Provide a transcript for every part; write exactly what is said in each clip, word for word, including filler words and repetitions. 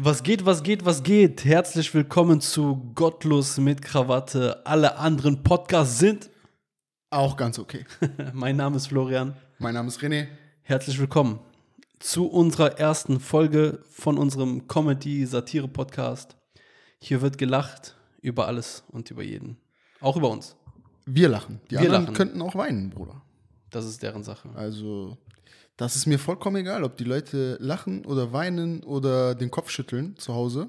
Was geht, was geht, was geht? Herzlich willkommen zu Gottlos mit Krawatte. Alle anderen Podcasts sind auch ganz okay. Mein Name ist Florian. Mein Name ist René. Herzlich willkommen zu unserer ersten Folge von unserem Comedy-Satire-Podcast. Hier wird gelacht über alles und über jeden. Auch über uns. Wir lachen. Die Wir anderen lachen. könnten auch weinen, Bruder. Das ist deren Sache. Also, das ist mir vollkommen egal, ob die Leute lachen oder weinen oder den Kopf schütteln zu Hause.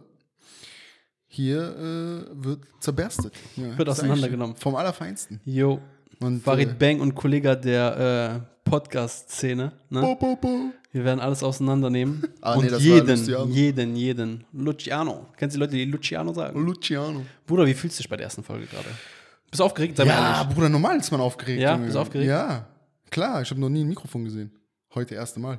Hier äh, wird zerberstet. Ja, Wird auseinandergenommen. Vom Allerfeinsten. Jo. Und, Farid äh, Bang und Kollege der äh, Podcast-Szene. Ne? Bo, bo, bo. Wir werden alles auseinandernehmen. Ah, und nee, das war jeden, Luciano. jeden, jeden. Luciano. Kennst du die Leute, die Luciano sagen? Luciano. Bruder, wie fühlst du dich bei der ersten Folge gerade? Bist du aufgeregt? Sei mal Ja, ehrlich. Bruder, normal ist man aufgeregt. Ja, Junge. bist du aufgeregt? Ja, klar. Ich habe noch nie ein Mikrofon gesehen. Heute erste Mal.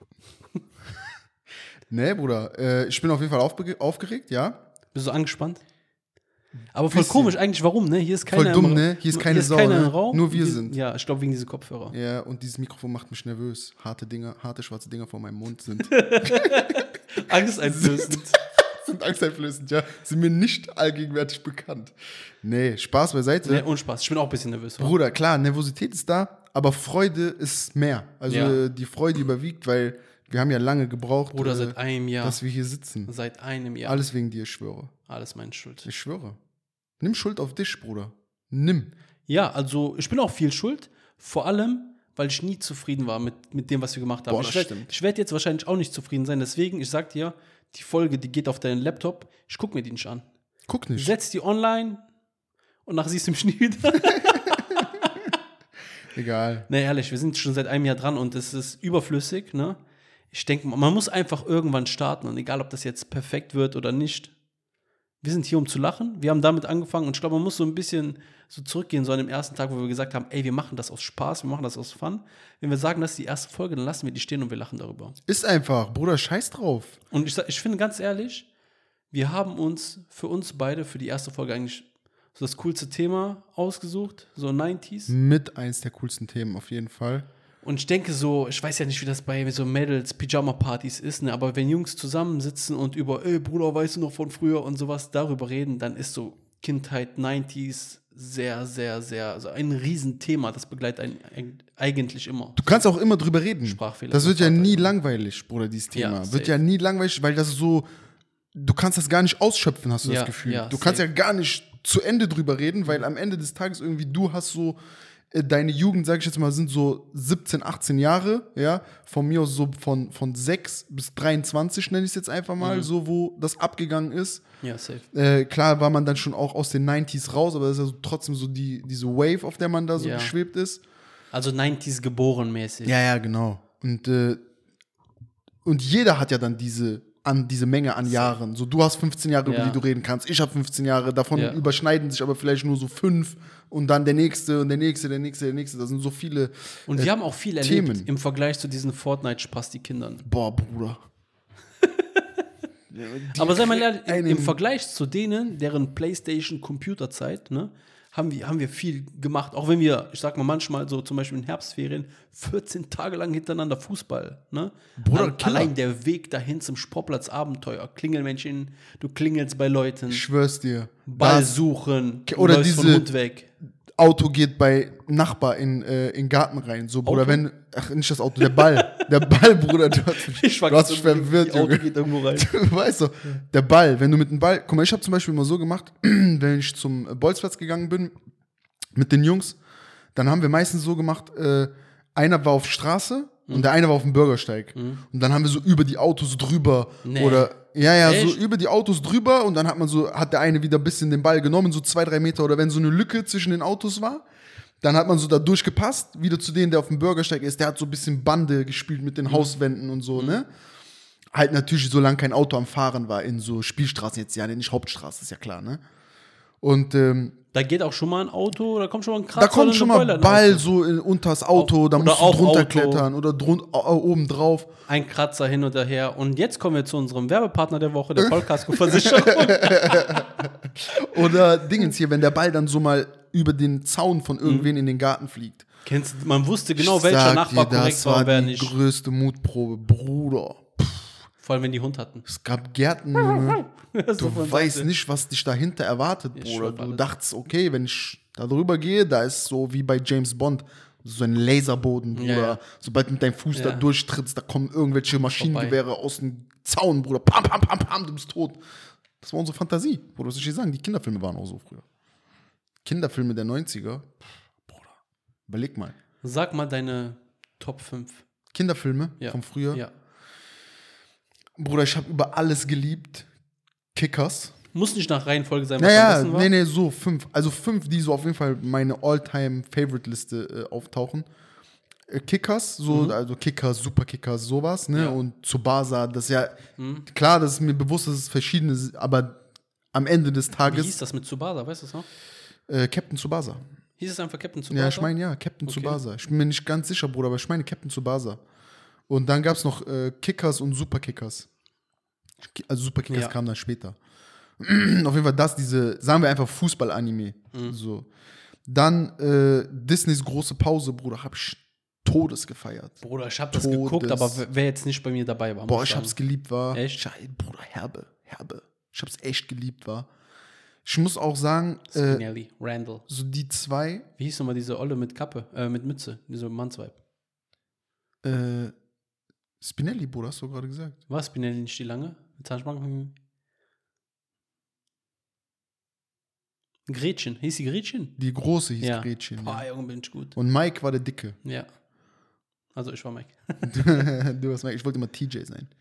Nee, Bruder. Äh, ich bin auf jeden Fall aufbe- aufgeregt, ja. Bist du angespannt? Aber voll Bisschen. komisch eigentlich, warum, ne? Hier ist keiner Voll dumm, im, ne? Hier ist keine hier ist Sau, keiner ne? im Raum. Nur wir Die- sind. Ja, ich glaube wegen dieser Kopfhörer. Ja, und dieses Mikrofon macht mich nervös. Harte Dinger, harte schwarze Dinger vor meinem Mund sind, Angsteinflößend. sind angsteinflößend, ja. Sind mir nicht allgegenwärtig bekannt. Nee, Spaß beiseite. Ne, Unspaß. Ich bin auch ein bisschen nervös. wa? Bruder, klar, Nervosität ist da, aber Freude ist mehr. Also Ja. äh, die Freude überwiegt, weil wir haben ja lange gebraucht, Bruder, äh, seit einem Jahr. dass wir hier sitzen. Seit einem Jahr. Alles wegen dir, ich schwöre. Alles meine Schuld. Ich schwöre. Nimm Schuld auf dich, Bruder. Nimm. Ja, also ich bin auch viel schuld. Vor allem, weil ich nie zufrieden war mit, mit dem, was wir gemacht haben. Boah, ich das werd- stimmt. ich werde jetzt wahrscheinlich auch nicht zufrieden sein. Deswegen, ich sag dir, die Folge, die geht auf deinen Laptop. Ich guck mir die nicht an. Guck nicht. Setz die online und nachher siehst du mich nie wieder. Egal. Ne, ehrlich, wir sind schon seit einem Jahr dran und es ist überflüssig, ne? Ich denke, man muss einfach irgendwann starten und egal, ob das jetzt perfekt wird oder nicht. Wir sind hier, um zu lachen. Wir haben damit angefangen und ich glaube, man muss so ein bisschen so zurückgehen, so an dem ersten Tag, wo wir gesagt haben, ey, wir machen das aus Spaß, wir machen das aus Fun. Wenn wir sagen, das ist die erste Folge, dann lassen wir die stehen und wir lachen darüber. Ist einfach, Bruder, scheiß drauf. Und ich, sag- ich finde ganz ehrlich, wir haben uns für uns beide, für die erste Folge eigentlich so das coolste Thema ausgesucht, so neunziger. Mit eins der coolsten Themen auf jeden Fall. Und ich denke so, ich weiß ja nicht, wie das bei so Mädels, Pyjama-Partys ist, ne? Aber wenn Jungs zusammensitzen und über, ey Bruder, weißt du noch von früher und sowas darüber reden, dann ist so Kindheit, neunziger sehr, sehr, sehr, also ein Riesenthema, das begleitet einen eig- eigentlich immer. Du kannst auch immer drüber reden. Sprachfehler. Das wird ja Vater, nie ja. langweilig, Bruder, dieses Thema. Ja, wird safe. ja nie langweilig, weil das so, du kannst das gar nicht ausschöpfen, hast du Ja, das Gefühl. ja, du kannst safe. ja gar nicht zu Ende drüber reden, weil am Ende des Tages irgendwie du hast so, äh, deine Jugend, sag ich jetzt mal, sind so siebzehn, achtzehn Jahre, ja, von mir aus so von, von sechs bis dreiundzwanzig, nenne ich es jetzt einfach mal, Mhm. so, wo das abgegangen ist. Ja, safe. Äh, klar war man dann schon auch aus den neunziger raus, aber das ist ja so trotzdem so die, diese Wave, auf der man da so Ja. geschwebt ist. Also neunziger geboren mäßig. Ja, ja, genau. Und, äh, und jeder hat ja dann diese, an, diese Menge an Jahren. So, du hast fünfzehn Jahre, über Ja. die du reden kannst. Ich habe fünfzehn Jahre. Davon Ja. überschneiden sich aber vielleicht nur so fünf. Und dann der nächste und der nächste, der nächste, der nächste. Das sind so viele. Und äh, wir haben auch viel erlebt Themen. im Vergleich zu diesen Fortnite-Spasti-Kindern. Boah, Bruder. Aber sei mal ehrlich, im, einen- im Vergleich zu denen, deren PlayStation-Computerzeit, ne, haben wir, haben wir viel gemacht. Auch wenn wir, ich sag mal manchmal so zum Beispiel in Herbstferien, vierzehn Tage lang hintereinander Fußball. Ne? Bruder, Al- Killer. Allein der Weg dahin zum Sportplatz Abenteuer. Klingelmännchen, du klingelst bei Leuten, Ich schwör's dir. Ball Das suchen, du oder läufst vom diese- Hund weg. Auto geht bei Nachbar in, äh, in den Garten rein. So, Bruder, Auto? wenn. Ach, nicht das Auto, der Ball. Der Ball, Bruder. Du hast mich, Ich du hast mich verwirrt, die Auto Junge. geht irgendwo rein. Du weißt doch, der Ball, wenn du mit dem Ball, guck mal, ich habe zum Beispiel immer so gemacht, wenn ich zum Bolzplatz gegangen bin mit den Jungs, dann haben wir meistens so gemacht, äh, einer war auf Straße Mhm. und der eine war auf dem Bürgersteig. Und dann haben wir so über die Autos drüber Nee. oder, ja, ja, Echt? so über die Autos drüber und dann hat man so, hat der eine wieder ein bisschen den Ball genommen, so zwei, drei Meter oder wenn so eine Lücke zwischen den Autos war, dann hat man so da durchgepasst, wieder zu denen, der auf dem Bürgersteig ist, der hat so ein bisschen Bande gespielt mit den Mhm. Hauswänden und so, ne? Halt natürlich, solange kein Auto am Fahren war, in so Spielstraßen jetzt, ja, nicht Hauptstraße, ist ja klar, ne? Und ähm, Da geht auch schon mal ein Auto, da kommt schon mal ein Kratzer. da kommt oder schon eine mal Beule in Ball Auto. so in, unters Auto, da Oder musst du auf drunter Auto. klettern oder drun, äh, oben drauf. Ein Kratzer hin und her. Und jetzt kommen wir zu unserem Werbepartner der Woche, der Vollkaskoversicherung. Oder Dingens hier, wenn der Ball dann so mal über den Zaun von irgendwen in den Garten fliegt. Kennst du, man wusste genau, Ich welcher sag Nachbar dir, korrekt das war war und wer die nicht. größte Mutprobe, Bruder. Vor allem, wenn die Hund hatten. Es gab Gärten, Junge. So Du von weißt Seite. nicht, was dich dahinter erwartet, Ich Bruder. schwör Du alles. dachtest, okay, wenn ich da drüber gehe, da ist so wie bei James Bond, so ein Laserboden, Bruder. Ja, ja. Sobald du mit deinem Fuß da Ja. durchtrittst, da kommen irgendwelche Maschinengewehre aus dem Zaun, Bruder. Pam, pam, pam, pam, du bist tot. Das war unsere Fantasie, Bruder. Was soll ich dir sagen? Die Kinderfilme waren auch so früher. Kinderfilme der neunziger, pff, Bruder. Überleg mal. Sag mal deine Top fünf. Kinderfilme Ja. von früher. Ja. Bruder, ich habe über alles geliebt. Kickers. Muss nicht nach Reihenfolge sein, was Naja, am besten war. nee, nee, so fünf. Also fünf, die so auf jeden Fall meine All-Time-Favorite-Liste äh, auftauchen. Äh, Kickers, so, also Kickers, Superkickers, sowas, ne? Ja. Und Tsubasa, das ist ja, klar, das ist mir bewusst, dass es verschiedene sind, aber am Ende des Wie hieß Tages, das mit Tsubasa, weißt du es noch? äh, Captain Tsubasa. Hieß es einfach Captain Tsubasa? Ja, ich meine, ja, Captain Okay. Tsubasa. Ich bin mir nicht ganz sicher, Bruder, aber ich meine Captain Tsubasa. Und dann gab es noch äh, Kickers und Superkickers. Ki- Also Superkickers Ja. kam dann später. Auf jeden Fall das, diese, sagen wir einfach Fußball-Anime. Mhm. So. Dann äh, Disneys große Pause, Bruder, hab ich Todes gefeiert. Bruder, ich hab das Todes. geguckt, aber wer wer jetzt nicht bei mir dabei war. Boah, muss ich sagen. hab's geliebt, war. Echt? Ich, Bruder, herbe, herbe. Ich hab's echt geliebt, war. Ich muss auch sagen, äh, Spinelli, Randall. so die zwei, Wie hieß nochmal diese Olle mit Kappe, äh, mit Mütze, diese Mannsweib? äh, Spinelli, Bruder, hast du gerade gesagt. War Spinelli nicht die lange? Mit Zahnspangen? Gretchen, hieß sie Gretchen? Die große hieß Ja. Gretchen. Boah, Ja. Junge, bin ich gut. Und Mike war der Dicke. Ja. Also ich war Mike. Du hast Mike, ich wollte immer T J sein.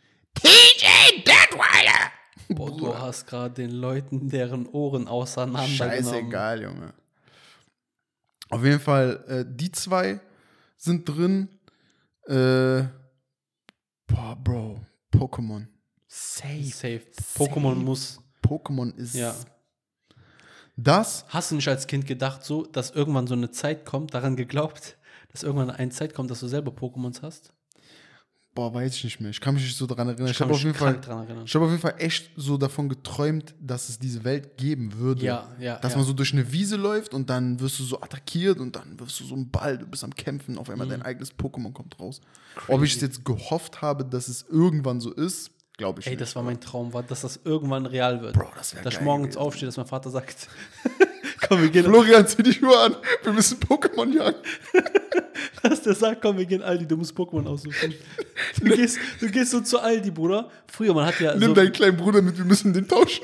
Boah, du hast gerade den Leuten deren Ohren auseinandergenommen. Scheißegal, Junge. Auf jeden Fall, äh, die zwei sind drin. Äh, boah, Bro, Pokémon. Safe. Safe. Pokémon muss. Pokémon ist Ja. das. Hast du nicht als Kind gedacht, so, dass irgendwann so eine Zeit kommt, daran geglaubt, dass irgendwann eine Zeit kommt, dass du selber Pokémons hast? Boah, weiß ich nicht mehr. Ich kann mich nicht so daran erinnern. Ich, kann habe auf mich jeden Fall, krank dran erinnern. ich habe auf jeden Fall echt so davon geträumt, dass es diese Welt geben würde. Ja, ja, Dass ja. man so durch eine Wiese läuft und dann wirst du so attackiert und dann wirst du so ein Ball, du bist am Kämpfen, auf einmal dein eigenes Pokémon kommt raus. Ob ich es jetzt gehofft habe, dass es irgendwann so ist, glaube ich Ey, nicht. das war mein Traum, war, dass das irgendwann real wird. Bro, das wär Dass ich geil morgens gewesen. aufstehe, dass mein Vater sagt, komm, wir gehen, Florian, zieh die Schuhe an, wir müssen Pokémon jagen. dass der sagt, komm, wir gehen Aldi, du musst Pokémon aussuchen. Du gehst, du gehst so zu Aldi, Bruder. Früher, man hat ja Nimm so, deinen kleinen Bruder mit, wir müssen den tauschen.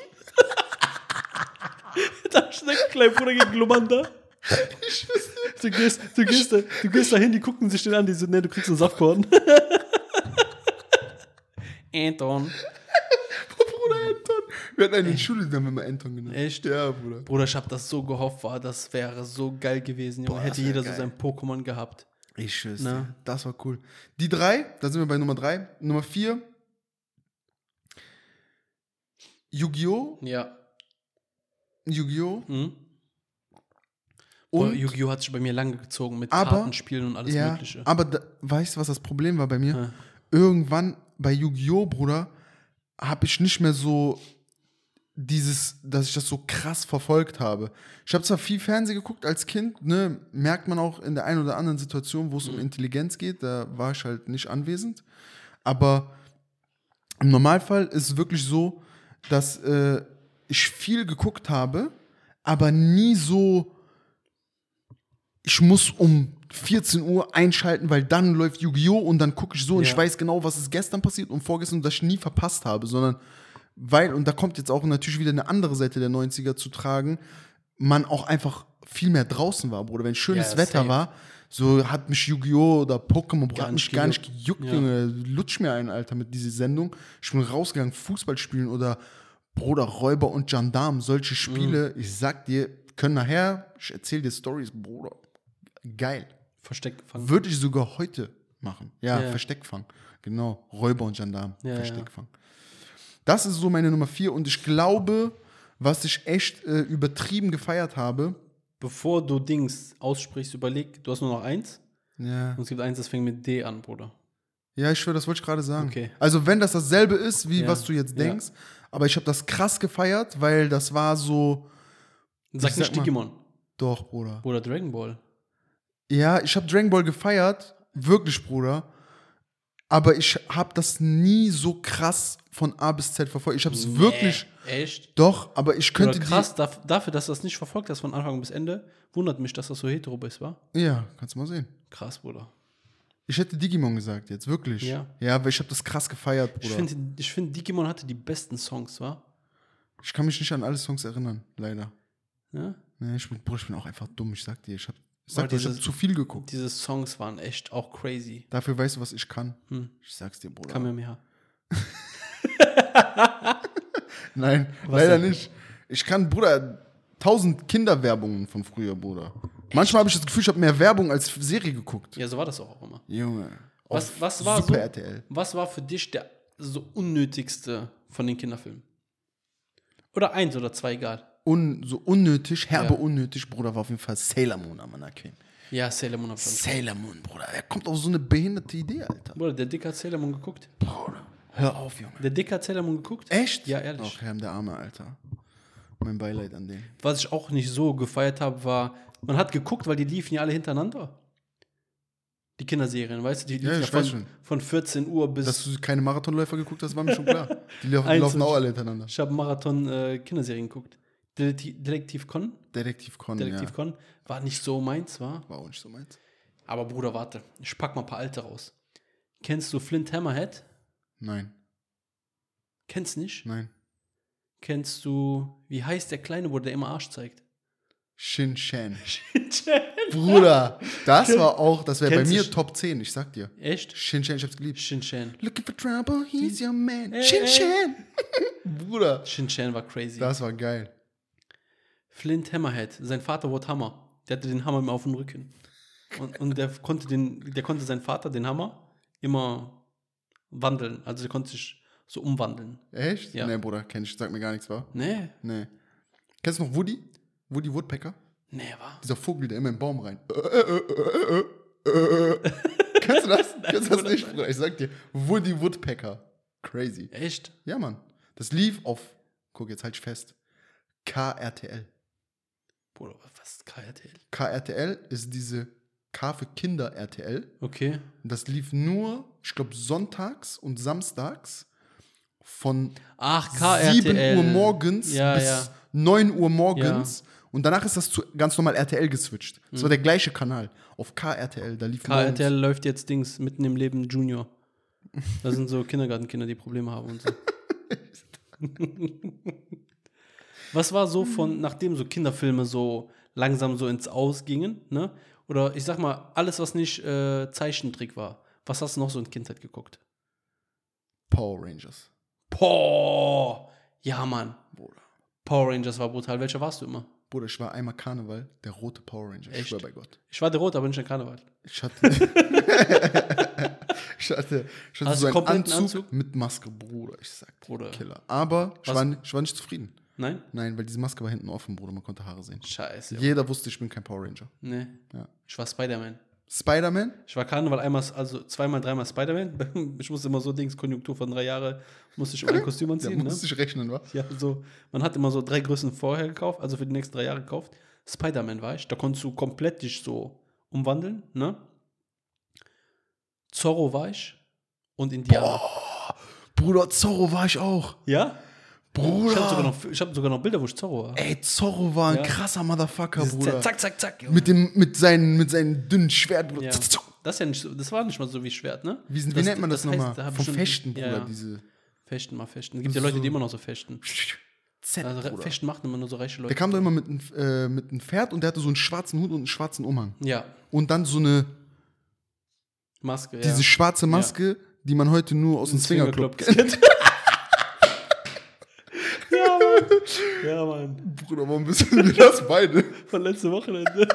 da schneckt klein Bruder gegen Glomanda. Du gehst, du gehst, da, du gehst dahin, die gucken sich den an, die so, ne, du kriegst einen Saftkorn. Anton. Bruder Anton. Wir hatten einen in der Schule, den haben wir mal Anton genannt. Echt? Ja, Bruder. Bruder, ich hab das so gehofft, war, das wäre so geil gewesen, Junge. Boah, Hätte das wär jeder geil. so sein Pokémon gehabt. Ich schwör's Na? dir. Das war cool. Die drei, da sind wir bei Nummer drei. Nummer vier. Yu-Gi-Oh! Ja. Yu-Gi-Oh! Mhm. Boah, Und, Yu-Gi-Oh! Hat sich bei mir lange gezogen mit Aber- Kartenspielen und alles ja, Mögliche. aber da, weißt du, was das Problem war bei mir? Ja. Irgendwann bei Yu-Gi-Oh! Bruder, habe ich nicht mehr so dieses, dass ich das so krass verfolgt habe. Ich habe zwar viel Fernsehen geguckt als Kind, ne, merkt man auch in der einen oder anderen Situation, wo es um Intelligenz geht, da war ich halt nicht anwesend. Aber im Normalfall ist es wirklich so, dass äh, ich viel geguckt habe, aber nie so, ich muss um vierzehn Uhr einschalten, weil dann läuft Yu-Gi-Oh! Und dann gucke ich so und Ja. ich weiß genau, was ist gestern passiert und vorgestern, dass ich nie verpasst habe, sondern weil, und da kommt jetzt auch natürlich wieder eine andere Seite der neunziger zu tragen, man auch einfach viel mehr draußen war, Bruder. Wenn schönes Ja, Wetter safe. war, so hat mich Yu-Gi-Oh! Oder Pokémon, Bruder, Gar hat nicht mich gar nicht gejuckt, Ja. Junge. Lutsch mir ein, Alter, mit dieser Sendung. Ich bin rausgegangen, Fußball spielen oder Bruder, Räuber und Gendarm, solche Spiele, Mhm. ich sag dir, können nachher, ich erzähl dir Stories, Bruder. Geil. Versteckt gefangen. Würde ich sogar heute machen. Ja, Ja. Versteckfang. Genau, Räuber und Gendarm. Ja, Versteckfang. Das ist so meine Nummer vier und ich glaube, was ich echt äh, übertrieben gefeiert habe, Bevor du Dings aussprichst, überleg, du hast nur noch eins. ja, Und es gibt eins, das fängt mit D an, Bruder. ja, ich schwöre, das wollte ich gerade sagen. Okay. Also wenn das dasselbe ist, wie Ja. was du jetzt Ja. denkst, aber ich habe das krass gefeiert, weil das war so, Sag Ich nicht sag mal- Digimon. doch, Bruder. Oder Dragon Ball. Ja, ich habe Dragon Ball gefeiert, wirklich, Bruder. Aber ich habe das nie so krass von A bis Z verfolgt. Ich habe es wirklich. Echt? Doch, aber ich könnte Oder krass, daf- dafür, dass du das nicht verfolgt hast von Anfang bis Ende, wundert mich, dass das so hetero ist, war? die. Ja, kannst du mal sehen. Krass, Bruder. Ich hätte Digimon gesagt jetzt, wirklich. Ja. Ja, weil ich habe das krass gefeiert, Bruder. Ich Ich, finde, ich find, Digimon hatte die besten Songs, wa? ich kann mich nicht an alle Songs erinnern, leider. Ja? Nee, ich bin, Bruder, ich bin auch einfach dumm, ich sag dir. Ich habe ich Aber sag dir, ich hab dieses- zu viel geguckt. Diese Songs waren echt auch crazy. Dafür weißt du, was ich kann. Hm. Ich sag's dir, Bruder. Kamehameha. Nein, Was leider denn? nicht. Ich kann, Bruder, tausend Kinderwerbungen von früher, Bruder. Manchmal habe ich das Gefühl, ich habe mehr Werbung als Serie geguckt. Ja, so war das auch immer. Junge. Was, auf was, war Super so, R T L. was war für dich der so unnötigste von den Kinderfilmen? Oder eins oder zwei, egal. Un, so unnötig, herbe Ja. unnötig, Bruder, war auf jeden Fall Sailor Moon am Queen. Ja, Sailor Moon hab ich schon. Sailor Moon, Bruder. Er kommt auf so eine behinderte Idee, Alter. Bruder, der Dick hat Sailor Moon geguckt. Bruder. Hör auf, Junge. Der Dick hat Sailor Moon geguckt. Echt? Ja, ehrlich. Ach, Herr, der Arme, Alter. Mein Beileid an den. Was ich auch nicht so gefeiert habe, war, man hat geguckt, weil die liefen ja alle hintereinander. Die Kinderserien, weißt du, die Ja, liefen ich von, weiß schon. von vierzehn Uhr bis. Dass du keine Marathonläufer geguckt hast, war mir schon klar. Die laufen, Eins laufen und- auch alle hintereinander. Ich habe Marathon äh, Kinderserien geguckt. Detektiv, Detektiv Con, Detektiv Con, Detektiv ja. Con war nicht so meins, war. War auch nicht so meins. Aber Bruder, warte, ich pack mal ein paar alte raus. Kennst du Flint Hammerhead? Nein, Kennst nicht? nein. Kennst du, wie heißt der Kleine, wo der immer Arsch zeigt? Shin Chan. Bruder, das war auch, das wäre bei Kennst du mir Sh- Top zehn, ich sag dir. Echt? Shin Chan, ich hab's geliebt. Shin Chan. Looking for trouble, he's your man. Ey, Shin ey. Chan. Bruder, Shin Chan war crazy. das war geil. Flint Hammerhead, sein Vater wurde Hammer. Der hatte den Hammer immer auf dem Rücken. Und, und der konnte den, der konnte seinen Vater, den Hammer, immer wandeln. Also der konnte sich so umwandeln. Echt? Ja. Nee, Bruder, kenn ich, sag mir gar nichts, wa? Nee. Nee. Kennst du noch Woody? Woody Woodpecker? Nee, war. Dieser Vogel, der immer im Baum rein. Äh, äh, äh, äh, äh, äh. Kennst du das? Kennst du das nicht, Bruder? Ich sag dir, Woody Woodpecker. Crazy. Echt? Ja, Mann. Das lief auf, guck, jetzt halt ich fest, K R T L. Bruder, was ist K R T L? K R T L ist diese K für Kinder R T L. Okay. Und das lief nur, ich glaube, sonntags und samstags von Ach, K R T L. sieben Uhr morgens Ja, bis ja. neun Uhr morgens. Und danach ist das zu ganz normal R T L geswitcht. Das war der gleiche Kanal. Auf K R T L, da lief K R T L morgens- läuft jetzt Dings mitten im Leben Junior. Da sind so Kindergartenkinder, die Probleme haben und so. Was war so von, nachdem so Kinderfilme so langsam so ins Aus gingen, ne? Oder ich sag mal, alles, was nicht äh, Zeichentrick war. Was hast du noch so in Kindheit geguckt? Power Rangers. Boah! Ja, Mann. Bruder. Power Rangers war brutal. Welcher warst du immer? Bruder, ich war einmal Karneval, der rote Power Ranger. Ich Echt? schwör bei Gott. Ich war der Rote, aber nicht der Karneval. Ich hatte, ich hatte, ich hatte Hast so du einen kompletten Anzug, Anzug? mit Maske, Bruder. Ich sag dir, Bruder. Killer. Aber ich Was? war, ich war nicht zufrieden. Nein? Nein, weil diese Maske war hinten offen, Bruder. Man konnte Haare sehen. Scheiße. Jeder wusste, ich bin kein Power Ranger. Nee. Ja. Ich war Spider-Man. Spider-Man? Ich war Karneval einmal, also zweimal, dreimal Spider-Man. Ich musste immer so Dings, Konjunktur von drei Jahren, musste ich immer ein Kostüm Da anziehen. Ne? musste ich rechnen, wa? Ja, so, man hat immer so drei Größen vorher gekauft, also für die nächsten drei Jahre gekauft. Spider-Man war ich, da konntest du komplett dich so umwandeln, ne? Zorro war ich und Indianer. Bruder, Zorro war ich auch. Ja? Bruder. Ich habe sogar, noch- ich hab sogar noch Bilder, wo ich Zorro war. Ey, Zorro war ein Ja. krasser Motherfucker, Dieses Bruder. Zack, zack, zack. Junge. Mit, dem, mit, seinen, mit seinen dünnen Schwert, Bruder. Ja. Zack, zack. Das, ist ja nicht, so- das war nicht mal so wie Schwert, ne? Wie, sind, wie Das- nennt man das, das heißt, nochmal? da hab ich Vom schon- Fechten, ja, Bruder. ja. Diese Fechten mal fechten. Es gibt ja Leute, die immer noch so fechten. Z, Also, Bruder. fechten machen immer nur so reiche Leute. Der kam da immer mit einem äh, mit einem Pferd und der hatte so einen schwarzen Hut und einen schwarzen Umhang. Ja, Und dann so eine, Maske, ja. diese schwarze Maske, die man heute nur aus dem Swingerclub Swingerclub kennt. Ja, Mann. Ja, Mann. Bruder, warum wissen wir das beide? Von letzte Wochenende.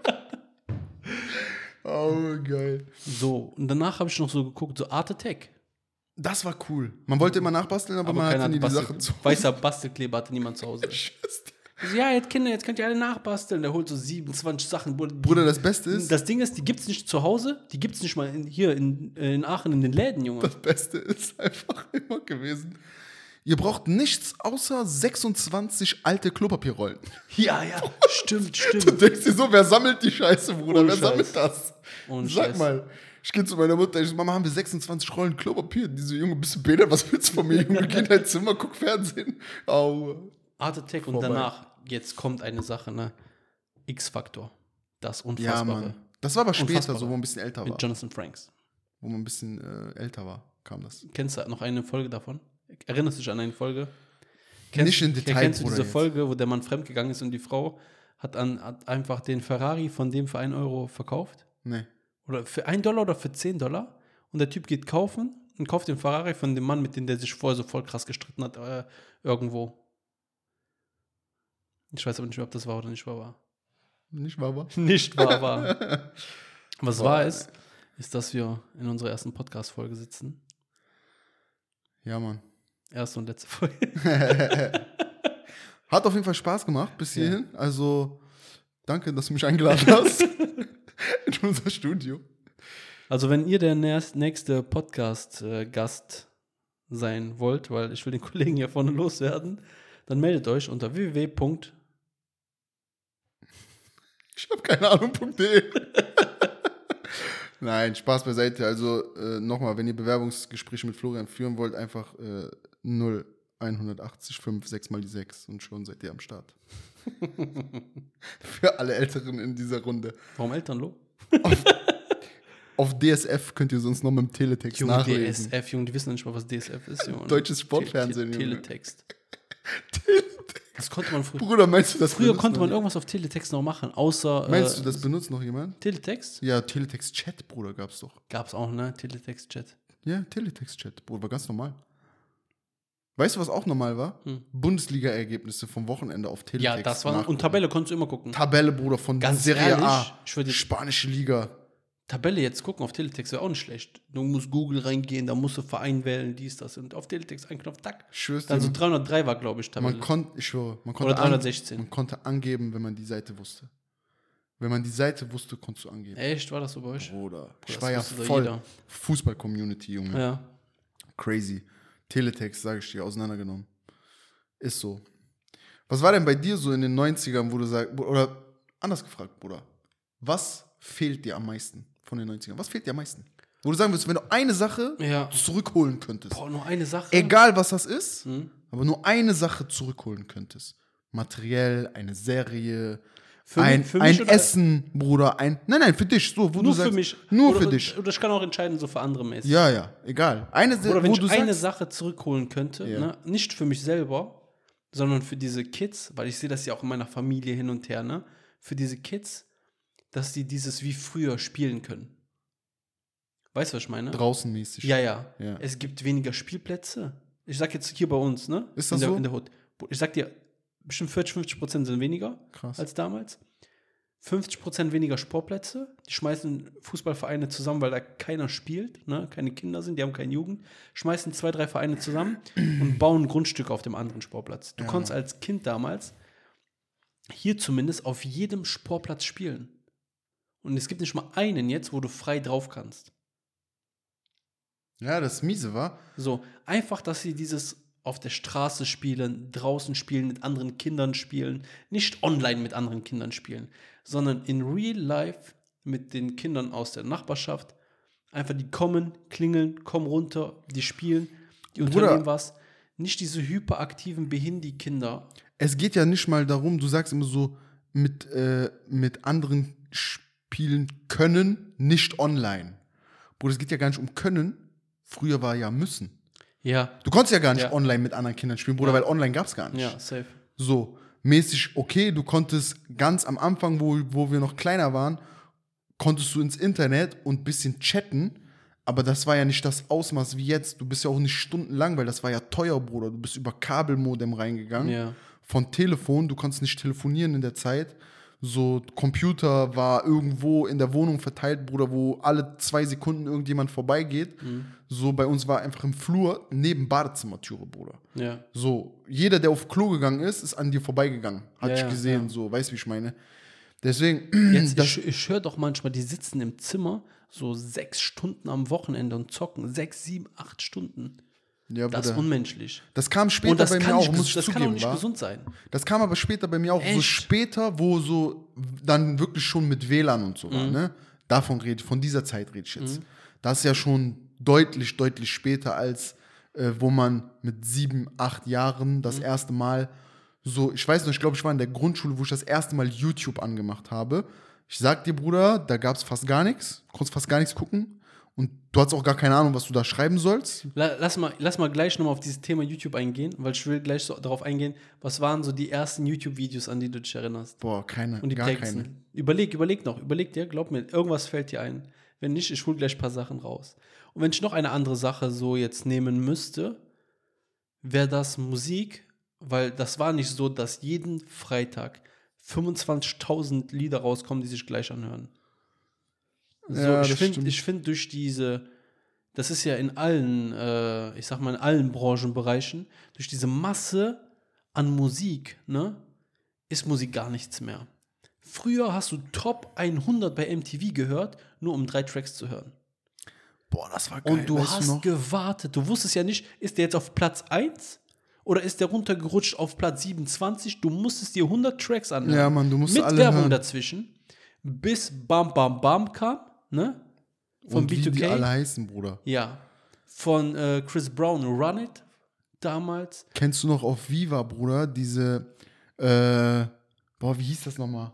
Oh, geil. So, und danach habe ich noch so geguckt, so Art Attack. Das war cool. Man wollte immer nachbasteln, aber, Aber man keiner hatte nie hatte die Bastel Sache zu. weißer Bastelkleber hatte niemand zu Hause. Ich so, ja, jetzt Kinder, jetzt könnt ihr alle nachbasteln. Der holt so siebenundzwanzig Sachen. Bruder, Bruder, das Beste ist, das Ding ist, die gibt's nicht zu Hause, die gibt's nicht mal in, hier in, äh, in Aachen in den Läden, Junge. das Beste ist einfach immer gewesen. Ihr braucht nichts außer sechsundzwanzig alte Klopapierrollen. Ja, ja, stimmt, Du stimmt. denkst dir so, wer sammelt die Scheiße, Bruder? Ohne Wer Scheiß. sammelt das? Ohne Sag Scheiß. mal. Ich gehe zu meiner Mutter, ich so, Mama, haben wir sechsundzwanzig Rollen Klopapier? Diese Junge, bist du behindert? Was willst du von mir, Junge? Geh in dein Zimmer, guck Fernsehen. Au. Art Attack und Vorbei. danach, jetzt kommt eine Sache, ne? X-Faktor. Das Ja, Unfassbare. Mann. Das war aber später, Unfassbare. so, wo man ein bisschen älter war. Mit Jonathan Franks. Wo man ein bisschen äh, älter war, kam das. Kennst du noch eine Folge davon? Erinnerst du dich an eine Folge? Nicht in Detail, Kennst du Bruder, diese jetzt. Folge, wo der Mann fremdgegangen ist und die Frau hat, an, hat einfach den Ferrari von dem für einen Euro verkauft? Nee. Oder für einen Dollar oder für zehn Dollar? Und der Typ geht kaufen und kauft den Ferrari von dem Mann, mit dem der sich vorher so voll krass gestritten hat, äh, irgendwo. Ich weiß aber nicht mehr, ob das wahr oder nicht wahr war. Nicht wahr, war? Nicht wahr war. Was Boah. wahr ist, ist, dass wir in unserer ersten Podcast-Folge sitzen. Ja, Mann. Erste und letzte Folge. Hat auf jeden Fall Spaß gemacht bis Ja. hierhin. Also, danke, dass du mich eingeladen hast. In unser Studio. Also, wenn ihr der nächst- nächste Podcast-Gast sein wollt, weil ich will den Kollegen hier vorne loswerden, dann meldet euch unter w w w. Ich habe keine Ahnung, .de. Nein, Spaß beiseite. Also, äh, nochmal, wenn ihr Bewerbungsgespräche mit Florian führen wollt, einfach äh, null hundertachtzig fünf, sechs mal die sechs und schon seid ihr am Start. Für alle Älteren in dieser Runde. Warum Elternlo? Auf D S F könnt ihr sonst noch mit dem Teletext Junge, D S nachlesen. F, Junge, die wissen nicht mal, was D S F ist, Junge. Deutsches Sportfernsehen, Te- Te- Junge. Teletext. Das konnte man früher. Bruder, meinst du das Früher benutzt konnte man noch- irgendwas auf Teletext noch machen, außer. Meinst äh, du, das benutzt noch jemand? Teletext? Ja, Teletext-Chat, Bruder, gab's doch. Gab's auch, ne? Teletext-Chat. Ja, Teletext-Chat, Bruder, war ganz normal. Weißt du, was auch normal war? Hm. Bundesliga-Ergebnisse vom Wochenende auf Teletext. Ja, das war. nachgucken. Und Tabelle konntest du immer gucken. Tabelle, Bruder, von Ganz Serie ehrlich, A. ich würde- Spanische Liga. Tabelle jetzt gucken auf Teletext wäre auch nicht schlecht. Du musst Google reingehen, da musst du Verein wählen, dies, das. Und auf Teletext ein Knopf, tack. Ich schwör's dir, Dann so man, dreihundertdrei war, glaube ich, Tabelle. man konnte, ich schwöre, man Oder konnte, an, dreihundertsechzehn. man konnte angeben, wenn man die Seite wusste. Wenn man die Seite wusste, konntest du angeben. Echt, war das so bei euch? Bruder, ich das war ja wusste doch voll jeder. Fußball-Community, Junge. Ja. Crazy. Teletext, sage ich dir, auseinandergenommen. Ist so. Was war denn bei dir so in den neunzigern, wo du sagst, oder anders gefragt, Bruder, was fehlt dir am meisten von den neunzigern? Was fehlt dir am meisten? Wo du sagen würdest, wenn du eine Sache Ja. zurückholen könntest, Boah, nur eine Sache. egal was das ist, Hm? aber nur eine Sache zurückholen könntest. Materiell, eine Serie, Für ein, mich- für mich ein oder- Essen, Bruder, ein, nein, nein, für dich, so, wo Nur du sagst, für mich. nur oder, für dich. Oder ich kann auch entscheiden, so für andere mäßig. Ja, ja, egal. Eine, Se- Oder wenn wo ich du eine sagst, Sache zurückholen könnte, Ja. ne? Nicht für mich selber, sondern für diese Kids, weil ich sehe das ja auch in meiner Familie hin und her, ne? Für diese Kids, dass die dieses wie früher spielen können. Weißt du, was ich meine? draußen mäßig. Ja, ja, Ja. Es gibt weniger Spielplätze. Ich sag jetzt hier bei uns, ne? Ist das in der, so? In der Hood. Ich sag dir, bestimmt vierzig, fünfzig Prozent sind weniger Krass. als damals. fünfzig Prozent weniger Sportplätze. Die schmeißen Fußballvereine zusammen, weil da keiner spielt, ne? Keine Kinder sind, die haben keine Jugend. Schmeißen zwei, drei Vereine zusammen und bauen ein Grundstück auf dem anderen Sportplatz. Du Ja. konntest als Kind damals hier zumindest auf jedem Sportplatz spielen. Und es gibt nicht mal einen jetzt, wo du frei drauf kannst. Ja, das miese war. So, einfach, dass sie dieses auf der Straße spielen, draußen spielen, mit anderen Kindern spielen, nicht online mit anderen Kindern spielen, sondern in real life mit den Kindern aus der Nachbarschaft. Einfach, die kommen, klingeln, kommen runter, die spielen, die unternehmen Bruder. was. Nicht diese hyperaktiven Behindi-Kinder. Es geht ja nicht mal darum, du sagst immer so, mit, äh, mit anderen spielen können, nicht online. Bruder, es geht ja gar nicht um können. Früher war ja müssen. Ja, Du konntest ja gar nicht Ja. online mit anderen Kindern spielen, Bruder, Ja. weil online gab es gar nicht. ja, safe. So, mäßig, okay, du konntest ganz am Anfang, wo, wo wir noch kleiner waren, konntest du ins Internet und ein bisschen chatten, aber das war ja nicht das Ausmaß wie jetzt. Du bist ja auch nicht stundenlang, weil das war ja teuer, Bruder. Du bist über Kabelmodem reingegangen, Ja. von Telefon, du konntest nicht telefonieren in der Zeit. So, Computer war irgendwo in der Wohnung verteilt, Bruder, wo alle zwei Sekunden irgendjemand vorbeigeht. Mhm. So, bei uns war einfach im Flur neben Badezimmertüre, Bruder. Ja. So, jeder, der auf Klo gegangen ist, ist an dir vorbeigegangen. Hat Ja, ich ja, gesehen, ja. so, weißt du, wie ich meine? Deswegen, Jetzt, das, ich, ich höre doch manchmal, die sitzen im Zimmer so sechs Stunden am Wochenende und zocken. Sechs, sieben, acht Stunden. Ja, das ist Bruder. unmenschlich. Das kam später Und das bei mir kann, auch, nicht, muss ges- ich das kann auch zugeben, nicht wa? gesund sein. Das kam aber später bei mir auch, so Echt? später, wo so dann wirklich schon mit W L A N und so war, Mhm. ne? Davon rede ich, von dieser Zeit rede ich jetzt. Das ist ja schon deutlich, deutlich später, als äh, wo man mit sieben, acht Jahren das Mhm. erste Mal so, ich weiß noch, ich glaube, ich war in der Grundschule, wo ich das erste Mal YouTube angemacht habe. Ich sag dir, Bruder, da gab es fast gar nichts, konntest fast gar nichts gucken. Und du hast auch gar keine Ahnung, was du da schreiben sollst. La- Lass mal, lass mal gleich nochmal auf dieses Thema YouTube eingehen, weil ich will gleich so darauf eingehen, was waren so die ersten YouTube-Videos, an die du dich erinnerst? Boah, keine, Und die gar prägendsten. keine. Überleg, überleg noch, überleg dir, glaub mir, irgendwas fällt dir ein. Wenn nicht, ich hol gleich ein paar Sachen raus. Und wenn ich noch eine andere Sache so jetzt nehmen müsste, wäre das Musik, weil das war nicht so, dass jeden Freitag fünfundzwanzigtausend Lieder rauskommen, die sich gleich anhören. So, Ja, ich das finde, stimmt. ich finde durch diese, das ist ja in allen, äh, ich sag mal, in allen Branchenbereichen, durch diese Masse an Musik, ne, ist Musik gar nichts mehr. Früher hast du Top hundert bei M T V gehört, nur um drei Tracks zu hören. Boah, das war geil. Und du weißt hast noch? gewartet. Du wusstest ja nicht, ist der jetzt auf Platz eins oder ist der runtergerutscht auf Platz siebenundzwanzig? Du musstest dir hundert Tracks anhören. Ja, Mann, du musst Mit alle Werbung hören. dazwischen. Bis Bam Bam Bam kam, ne? Von Und B wie zwei die K. alle heißen, Bruder. Ja. Von äh, Chris Brown, Run It, damals. Kennst du noch auf Viva, Bruder, diese, äh, boah, wie hieß das nochmal?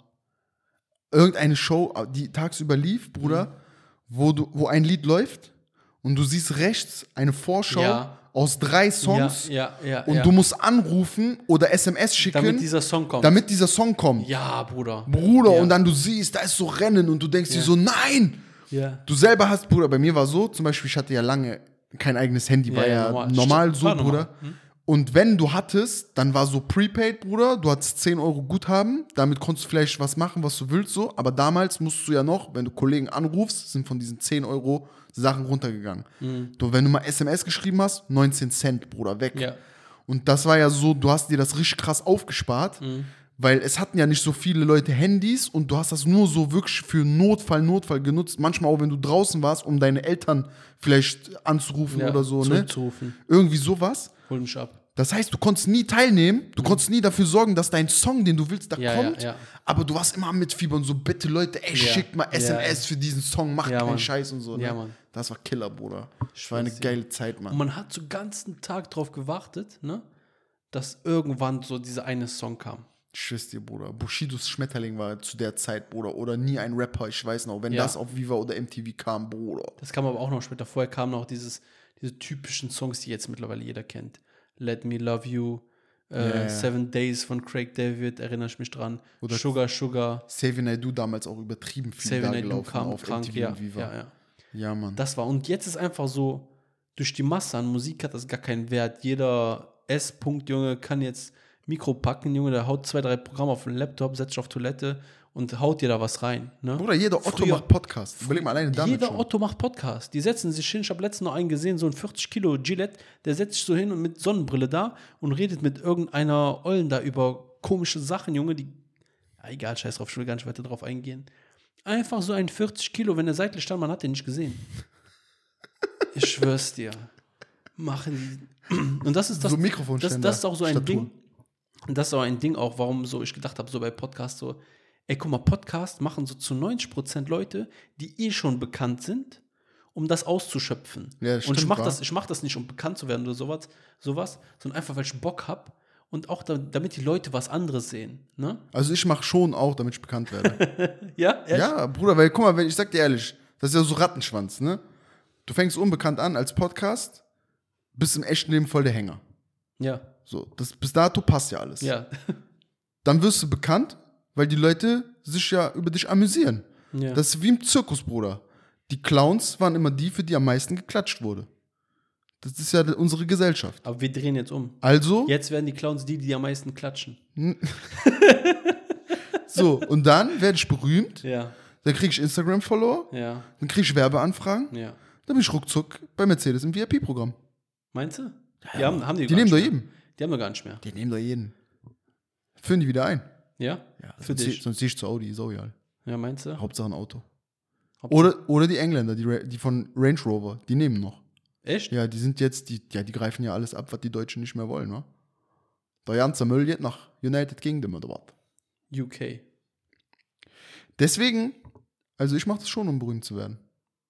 Irgendeine Show, die tagsüber lief, Bruder, Mhm. wo, du, wo ein Lied läuft und du siehst rechts eine Vorschau Ja. aus drei Songs Ja, ja, ja. und ja. du musst anrufen oder S M S schicken, damit dieser Song kommt. damit dieser Song kommt. ja, Bruder. Bruder, Ja. und dann du siehst, da ist so Rennen und du denkst dir Ja. so, nein! Ja. Du selber hast, Bruder, bei mir war so, zum Beispiel, ich hatte ja lange kein eigenes Handy, Ja, war ja, ja normal. normal, Stimmt, so, war normal. Bruder. Hm? Und wenn du hattest, dann war so Prepaid, Bruder, du hattest zehn Euro Guthaben, damit konntest du vielleicht was machen, was du willst, so, aber damals musst du ja noch, wenn du Kollegen anrufst, sind von diesen zehn Euro Sachen runtergegangen. Hm. Du, wenn du mal S M S geschrieben hast, neunzehn Cent, Bruder, weg. Ja. Und das war ja so, du hast dir das richtig krass aufgespart, Mhm. weil es hatten ja nicht so viele Leute Handys und du hast das nur so wirklich für Notfall, Notfall genutzt. Manchmal auch, wenn du draußen warst, um deine Eltern vielleicht anzurufen Ja, oder so, ne? zurückzurufen. Irgendwie sowas. Hol mich ab. Das heißt, du konntest nie teilnehmen, du konntest nie dafür sorgen, dass dein Song, den du willst, da Ja, kommt. ja, ja. Aber du warst immer am Mitfiebern, so bitte Leute, ey, Ja. schickt mal S M S Ja. für diesen Song, mach Ja, keinen Mann. Scheiß und so. Ne? Ja, Mann. Das war Killer, Bruder. Das war eine schwör's dir. geile Zeit, Mann. Und man hat so den ganzen Tag drauf gewartet, ne? Dass irgendwann so dieser eine Song kam. Ich schwör's dir, Bruder. Bushidos Schmetterling war zu der Zeit, Bruder. Oder nie ein Rapper, ich weiß noch. Wenn Ja. das auf Viva oder M T V kam, Bruder. Das kam aber auch noch später. Vorher kamen noch dieses, diese typischen Songs, die jetzt mittlerweile jeder kennt. Let Me Love You, äh, Ja, ja. Seven Days von Craig David, erinnere ich mich dran. Oder Sugar Sugar, Savin' I Do damals auch übertrieben viel Seven da I Do gelaufen kam auf krank. M T V Ja, und Viva. ja, ja. Ja, Mann. Das war. Und jetzt ist einfach so, durch die Masse an Musik hat das gar keinen Wert. Jeder S-Punkt, Junge, kann jetzt Mikro packen, Junge, der haut zwei, drei Programme auf den Laptop, setzt sich auf Toilette und haut dir da was rein. Ne? Bruder, jeder Otto Früher- macht Podcast. Überleg mal alleine damit Jeder schon. Otto macht Podcast. Die setzen sich hin. Ich habe letztens noch einen gesehen, so ein vierzig Kilo Gillette, der setzt sich so hin und mit Sonnenbrille da und redet mit irgendeiner Ollen da über komische Sachen, Junge, die. Ja, egal, scheiß drauf, ich will gar nicht weiter drauf eingehen. Einfach so ein vierzig Kilo, wenn er seitlich stand, man hat den nicht gesehen. Ich schwör's dir. Machen die. Und das ist das. So das, Mikrofonständer. das ist auch so ein Statur. Ding. Und das ist auch ein Ding auch, warum so ich gedacht habe, so bei Podcasts so, ey, guck mal, Podcast machen so zu neunzig Prozent Leute, die eh schon bekannt sind, um das auszuschöpfen. Ja, das und ich stimmt, mache wa? das, ich mach das nicht, um bekannt zu werden oder sowas, sowas, sondern einfach, weil ich Bock habe und auch da, damit die Leute was anderes sehen. Ne? Also ich mache schon auch, damit ich bekannt werde. Ja? Echt? Ja, Bruder, weil guck mal, wenn, ich sag dir ehrlich, das ist ja so Rattenschwanz, ne? Du fängst unbekannt an als Podcast, bist im echten Leben voll der Hänger. Ja. So, das, bis dato passt ja alles. Ja. Dann wirst du bekannt, weil die Leute sich ja über dich amüsieren. Ja. Das ist wie im Zirkus, Bruder. Die Clowns waren immer die, für die am meisten geklatscht wurde. Das ist ja unsere Gesellschaft. Aber wir drehen jetzt um. Also, Jetzt werden die Clowns die, die am meisten klatschen. so, und dann werde ich berühmt, Ja. dann kriege ich Instagram-Follower, Ja. dann kriege ich Werbeanfragen, Ja. dann bin ich ruckzuck bei Mercedes im V I P-Programm. Meinst du? Die haben, haben die, Die gar nehmen doch nicht mehr. jeden. Die haben doch gar nicht mehr. Die nehmen doch jeden. Führen die wieder ein. Ja? Ja, Für sonst dich. zieh- Sonst zieh ich zu Audi, ist auch egal. Ja, meinst du? Hauptsache ein Auto. Hauptsache- Oder, oder die Engländer, die, Ra- die von Range Rover, die nehmen noch. Echt? Ja, die sind jetzt, die, ja, die greifen ja alles ab, was die Deutschen nicht mehr wollen, wa? Der ganze Müll geht nach United Kingdom oder was? U K. Deswegen, also ich mache das schon, um berühmt zu werden.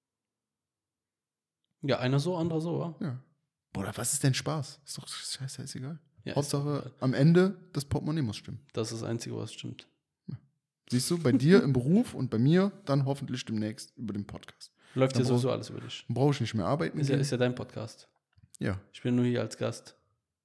Ja, einer so, anderer so, wa? Ja. Bruder, was ist denn Spaß? Ist doch scheißegal. Ja, Hauptsache, am Ende, das Portemonnaie muss stimmen. Das ist das Einzige, was stimmt. Siehst du, bei dir im Beruf und bei mir dann hoffentlich demnächst über den Podcast. Läuft Dann ja brauch- sowieso alles über dich. Dann brauche ich nicht mehr arbeiten. Ist ja, gehen. ist ja dein Podcast. ja. Ich bin nur hier als Gast.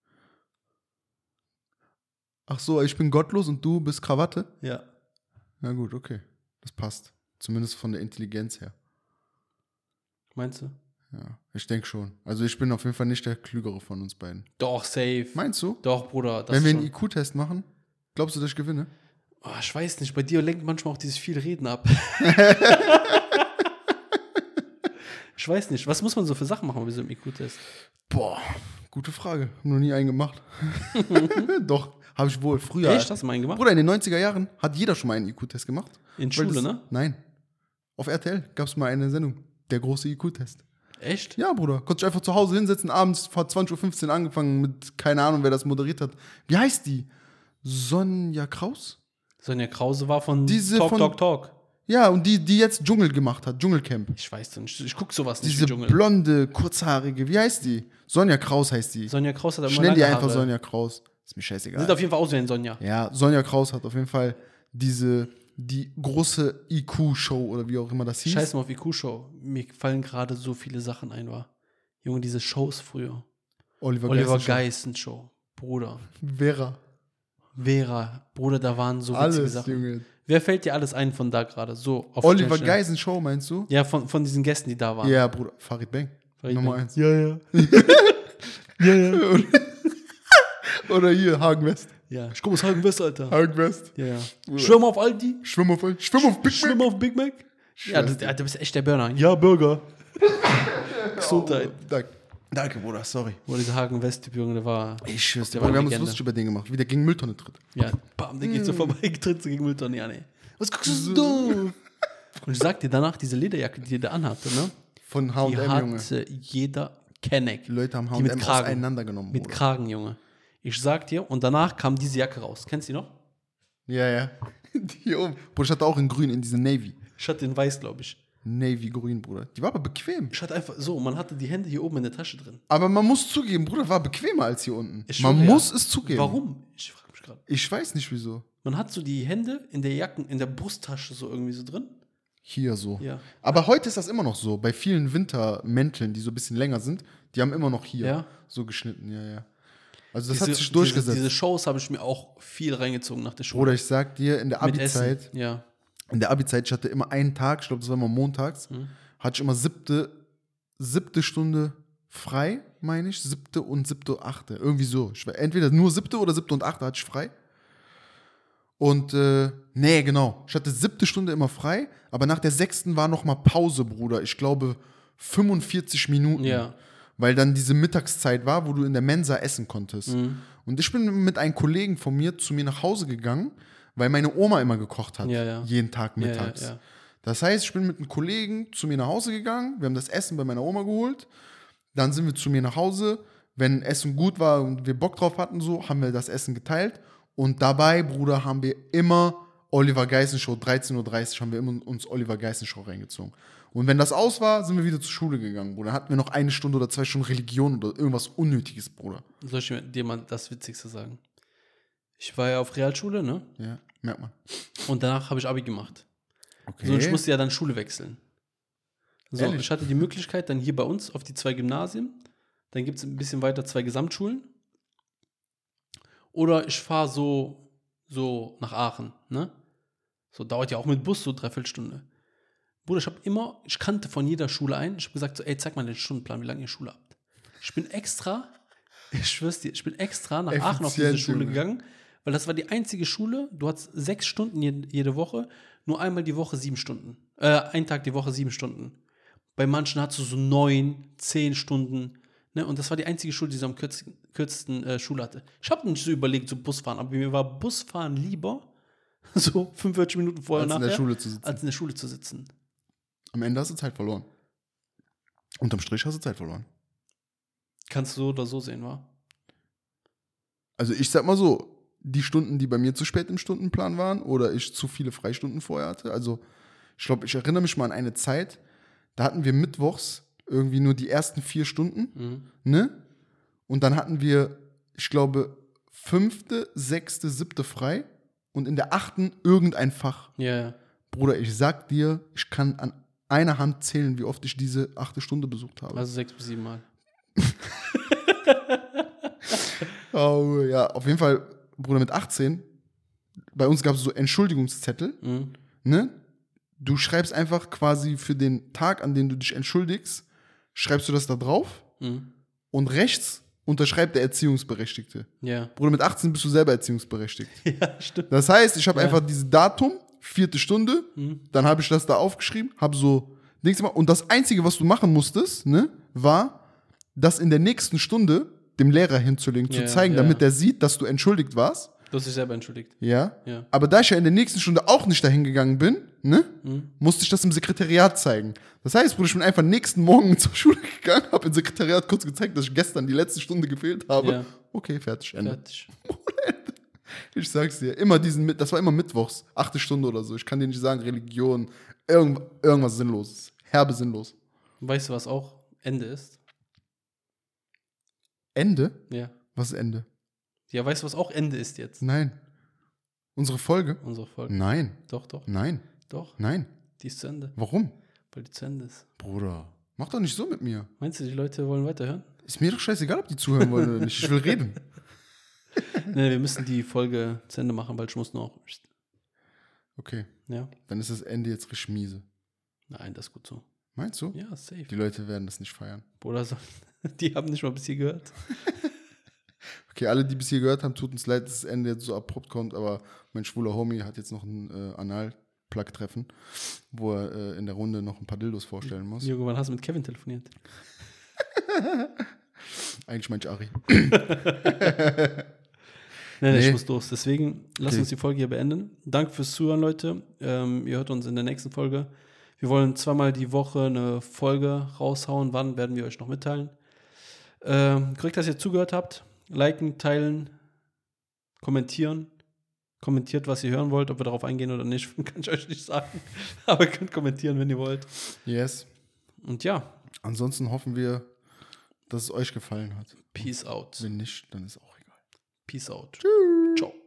Ach so, ich bin gottlos und du bist Krawatte? Ja. Na gut, okay. Das passt. Zumindest von der Intelligenz her. Meinst du? Ja, ich denke schon. Also ich bin auf jeden Fall nicht der Klügere von uns beiden. Doch, safe. Meinst du? Doch, Bruder. Das Wenn wir ist einen schon, I Q-Test machen, glaubst du, dass ich gewinne? oh, ich weiß nicht, bei dir lenkt manchmal auch dieses viel Reden ab. Ich weiß nicht, was muss man so für Sachen machen bei so einem I Q-Test? Boah, gute Frage. Hab noch nie einen gemacht. Doch, habe ich wohl. Früher. Echt? Hast du mal einen gemacht? Bruder, in den neunziger Jahren hat jeder schon mal einen I Q-Test gemacht. In Weil Schule, das, ne? Nein. Auf R T L gab es mal eine Sendung. Der große I Q-Test. Echt? Ja, Bruder. Konntest du einfach zu Hause hinsetzen, abends vor zwanzig Uhr fünfzehn angefangen mit, keine Ahnung, wer das moderiert hat. Wie heißt die? Sonja Kraus? Sonja Krause war von Diese Talk, von- Talk, Talk. Ja, und die, die jetzt Dschungel gemacht hat, Dschungelcamp. Ich weiß nicht, ich guck sowas nicht Diese wie Dschungel. blonde, kurzhaarige, wie heißt die? Sonja Kraus heißt die. Sonja Kraus hat aber Ich immer nenne die lange einfach Haare. Sonja Kraus. Ist mir scheißegal. Sieht auf jeden Fall aus wie ein Sonja. Ja, Sonja Kraus hat auf jeden Fall diese, die große I Q-Show oder wie auch immer das hieß. Scheiß mal auf I Q-Show. Mir fallen gerade so viele Sachen ein, war. Junge, diese Shows früher. Oliver, Oliver Geissen Show. Geissen Show. Bruder. Vera. Vera. Bruder, da waren so witzige Alles, Sachen. Junge. Wer fällt dir alles ein von da gerade? So auf Oliver schnell, schnell. Geissen Show, meinst du? Ja, von, von diesen Gästen, die da waren. Ja, Bruder. Farid Bang. Farid Nummer Bang. eins. Ja, ja. ja, ja. Oder hier, Hagen West. Ja, ich komme aus Hagen-West, Alter. Hagen West. Ja, ja. Schwimm auf Aldi. Schwimm auf, Schwimm auf Big Schwimm Mac. auf Big Mac. Ja, du, Scheiße. du bist echt der Burner. Ja, Burger. Gesundheit. Danke. Danke, Bruder, sorry. Wo dieser Hagen-West-Typ, Junge, der war. Ich schwör's dir, Der war wir haben eine uns Legende. lustig über den gemacht, wie der gegen Mülltonne tritt. Ja, bam, der geht Mm. so vorbei, getritt so gegen Mülltonnen. Ja, nee. Was guckst du so doof? Und ich sag dir danach, diese Lederjacke, die der anhatte, ne? Von H Die und M, Junge. hatte jeder Kenneck. Die Leute haben H Die und mit M Kragen. auseinandergenommen, Mit Bruder. Kragen, Junge. Ich sag dir, und danach kam diese Jacke raus. Kennst du die noch? Ja, ja. Die oben. Bruder, ich hatte auch in grün, in diese Navy. Ich hatte den weiß, glaube ich. Navy grün, Bruder. Die war aber bequem. Ich hatte einfach so, man hatte die Hände hier oben in der Tasche drin. Aber man muss zugeben, Bruder, war bequemer als hier unten. Ich Man schwöre, ja. muss es zugeben. Warum? Ich frage mich gerade. Ich weiß nicht wieso. Man hat so die Hände in der Jacken, in der Brusttasche so irgendwie so drin. Hier so. Ja. Aber heute ist das immer noch so. Bei vielen Wintermänteln, die so ein bisschen länger sind, die haben immer noch hier Ja. so geschnitten. Ja, ja. Also das Diese, hat sich durchgesetzt. Diese, diese Shows habe ich mir auch viel reingezogen nach der Schule. Bruder, ich sag dir, in der Mit Essen. Abi-Zeit, Ja. in der Abi-Zeit, ich hatte immer einen Tag, ich glaube, das war immer montags, Mhm. hatte ich immer siebte, siebte Stunde frei, meine ich. Siebte und siebte, achte. Irgendwie so. Ich war entweder nur siebte oder siebte und achte hatte ich frei. Und, äh, nee, genau. Ich hatte siebte Stunde immer frei, aber nach der sechsten war noch mal Pause, Bruder. Ich glaube, fünfundvierzig Minuten. Ja. Weil dann diese Mittagszeit war, wo du in der Mensa essen konntest. Mhm. Und ich bin mit einem Kollegen von mir zu mir nach Hause gegangen, weil meine Oma immer gekocht hat. Ja, ja. Jeden Tag Ja, mittags. ja, ja. Das heißt, ich bin mit einem Kollegen zu mir nach Hause gegangen. Wir haben das Essen bei meiner Oma geholt. Dann sind wir zu mir nach Hause. Wenn Essen gut war und wir Bock drauf hatten, so, haben wir das Essen geteilt. Und dabei, Bruder, haben wir immer Oliver Geissen Show, dreizehn Uhr dreißig haben wir immer uns Oliver Geissen Show reingezogen. Und wenn das aus war, sind wir wieder zur Schule gegangen, Bruder. Dann hatten wir noch eine Stunde oder zwei Stunden Religion oder irgendwas Unnötiges, Bruder. Soll ich dir mal das Witzigste sagen? Ich war ja auf Realschule, ne? Ja, merkt man. Und danach habe ich Abi gemacht. Okay. So, und ich musste ja dann Schule wechseln. So, Ehrlich? ich hatte die Möglichkeit, dann hier bei uns auf die zwei Gymnasien. Dann gibt es ein bisschen weiter zwei Gesamtschulen. Oder ich fahre so, so nach Aachen, ne? So dauert ja auch mit Bus so dreiviertel Stunde. Bruder, ich habe immer, ich kannte von jeder Schule ein. Ich habe gesagt, so, ey, zeig mal den Stundenplan, wie lange ihr Schule habt. Ich bin extra, ich schwör's dir, ich bin extra nach Aachen auf diese Effizient, Schule Junge. gegangen, weil das war die einzige Schule, du hattest sechs Stunden jede, jede Woche, nur einmal die Woche sieben Stunden. Äh, ein Tag die Woche sieben Stunden. Bei manchen hattest du so neun, zehn Stunden. Ne? Und das war die einzige Schule, die so am kürzesten, kürzesten äh, Schule hatte. Ich habe nicht so überlegt, so Busfahren, aber mir war Busfahren lieber, so fünfundvierzig Minuten vorher Als in nachher, der Schule zu sitzen. als in der Schule zu sitzen. Am Ende hast du Zeit verloren. Unterm Strich hast du Zeit verloren. Kannst du so oder so sehen, wa? Also ich sag mal so, die Stunden, die bei mir zu spät im Stundenplan waren oder ich zu viele Freistunden vorher hatte. Also ich glaube, ich erinnere mich mal an eine Zeit, da hatten wir mittwochs irgendwie nur die ersten vier Stunden, Mhm. ne? Und dann hatten wir, ich glaube, fünfte, sechste, siebte frei und in der achten irgendein Fach. Ja, ja. Bruder, ich sag dir, ich kann an einer Hand zählen, wie oft ich diese achte Stunde besucht habe. Also sechs bis sieben Mal. Oh, ja, auf jeden Fall, Bruder, mit achtzehn, bei uns gab es so Entschuldigungszettel, Mhm. ne? Du schreibst einfach quasi für den Tag, an dem du dich entschuldigst, schreibst du das da drauf Mhm. und rechts unterschreibt der Erziehungsberechtigte. Ja. Bruder, mit achtzehn bist du selber erziehungsberechtigt. Ja, stimmt. Das heißt, ich habe Ja. einfach dieses Datum, vierte Stunde, Mhm. dann habe ich das da aufgeschrieben, habe so Dings gemacht. Und das Einzige, was du machen musstest, ne, war, das in der nächsten Stunde dem Lehrer hinzulegen, zu Ja, zeigen, ja. damit er sieht, dass du entschuldigt warst. Du hast dich selber entschuldigt. Ja. Ja. Aber da ich ja in der nächsten Stunde auch nicht dahin gegangen bin, ne, Mhm. musste ich das im Sekretariat zeigen. Das heißt, Bruder, ich bin einfach nächsten Morgen zur Schule gegangen, habe im Sekretariat kurz gezeigt, dass ich gestern die letzte Stunde gefehlt habe. Ja. Okay, fertig, Ende. Fertig. Ich sag's dir, immer diesen, Mit- das war immer mittwochs, achte Stunde oder so. Ich kann dir nicht sagen, Religion, irgend, irgendwas Sinnloses. Herbe sinnlos. Weißt du, was auch Ende ist? Ende? Ja. Was ist Ende? Ja, weißt du, was auch Ende ist jetzt? Nein. Unsere Folge? Unsere Folge. Nein. Doch, doch, Nein. doch. Nein. Die ist zu Ende. Warum? Weil die zu Ende ist. Bruder, mach doch nicht so mit mir. Meinst du, die Leute wollen weiterhören? Ist mir doch scheißegal, ob die zuhören wollen oder nicht. Ich will reden. Nee, wir müssen die Folge zu Ende machen, weil ich muss noch. Okay, Ja? dann ist das Ende jetzt richtig miese. Nein, das ist gut so. Meinst du? Ja, safe. Die Leute werden das nicht feiern. Bruder, so, die haben nicht mal bis hier gehört. Okay, alle, die bis hier gehört haben, tut uns leid, dass das Ende jetzt so abrupt kommt, aber mein schwuler Homie hat jetzt noch ein äh, Anal-Plug-Treffen, wo er äh, in der Runde noch ein paar Dildos vorstellen muss. Junge, wann hast du mit Kevin telefoniert? Eigentlich mein Ari. Nee, nee, Nee. ich muss los. Deswegen, lass Okay. uns die Folge hier beenden. Danke fürs Zuhören, Leute. Ähm, ihr hört uns in der nächsten Folge. Wir wollen zweimal die Woche eine Folge raushauen. Wann, werden wir euch noch mitteilen. Ähm, korrekt, dass ihr zugehört habt. Liken, teilen, kommentieren. Kommentiert, was ihr hören wollt. Ob wir darauf eingehen oder nicht, kann ich euch nicht sagen. Aber ihr könnt kommentieren, wenn ihr wollt. Yes. Und ja, Ansonsten hoffen wir, dass es euch gefallen hat. peace out. Wenn nicht, dann ist auch egal. Peace out. Tschüss. Ciao.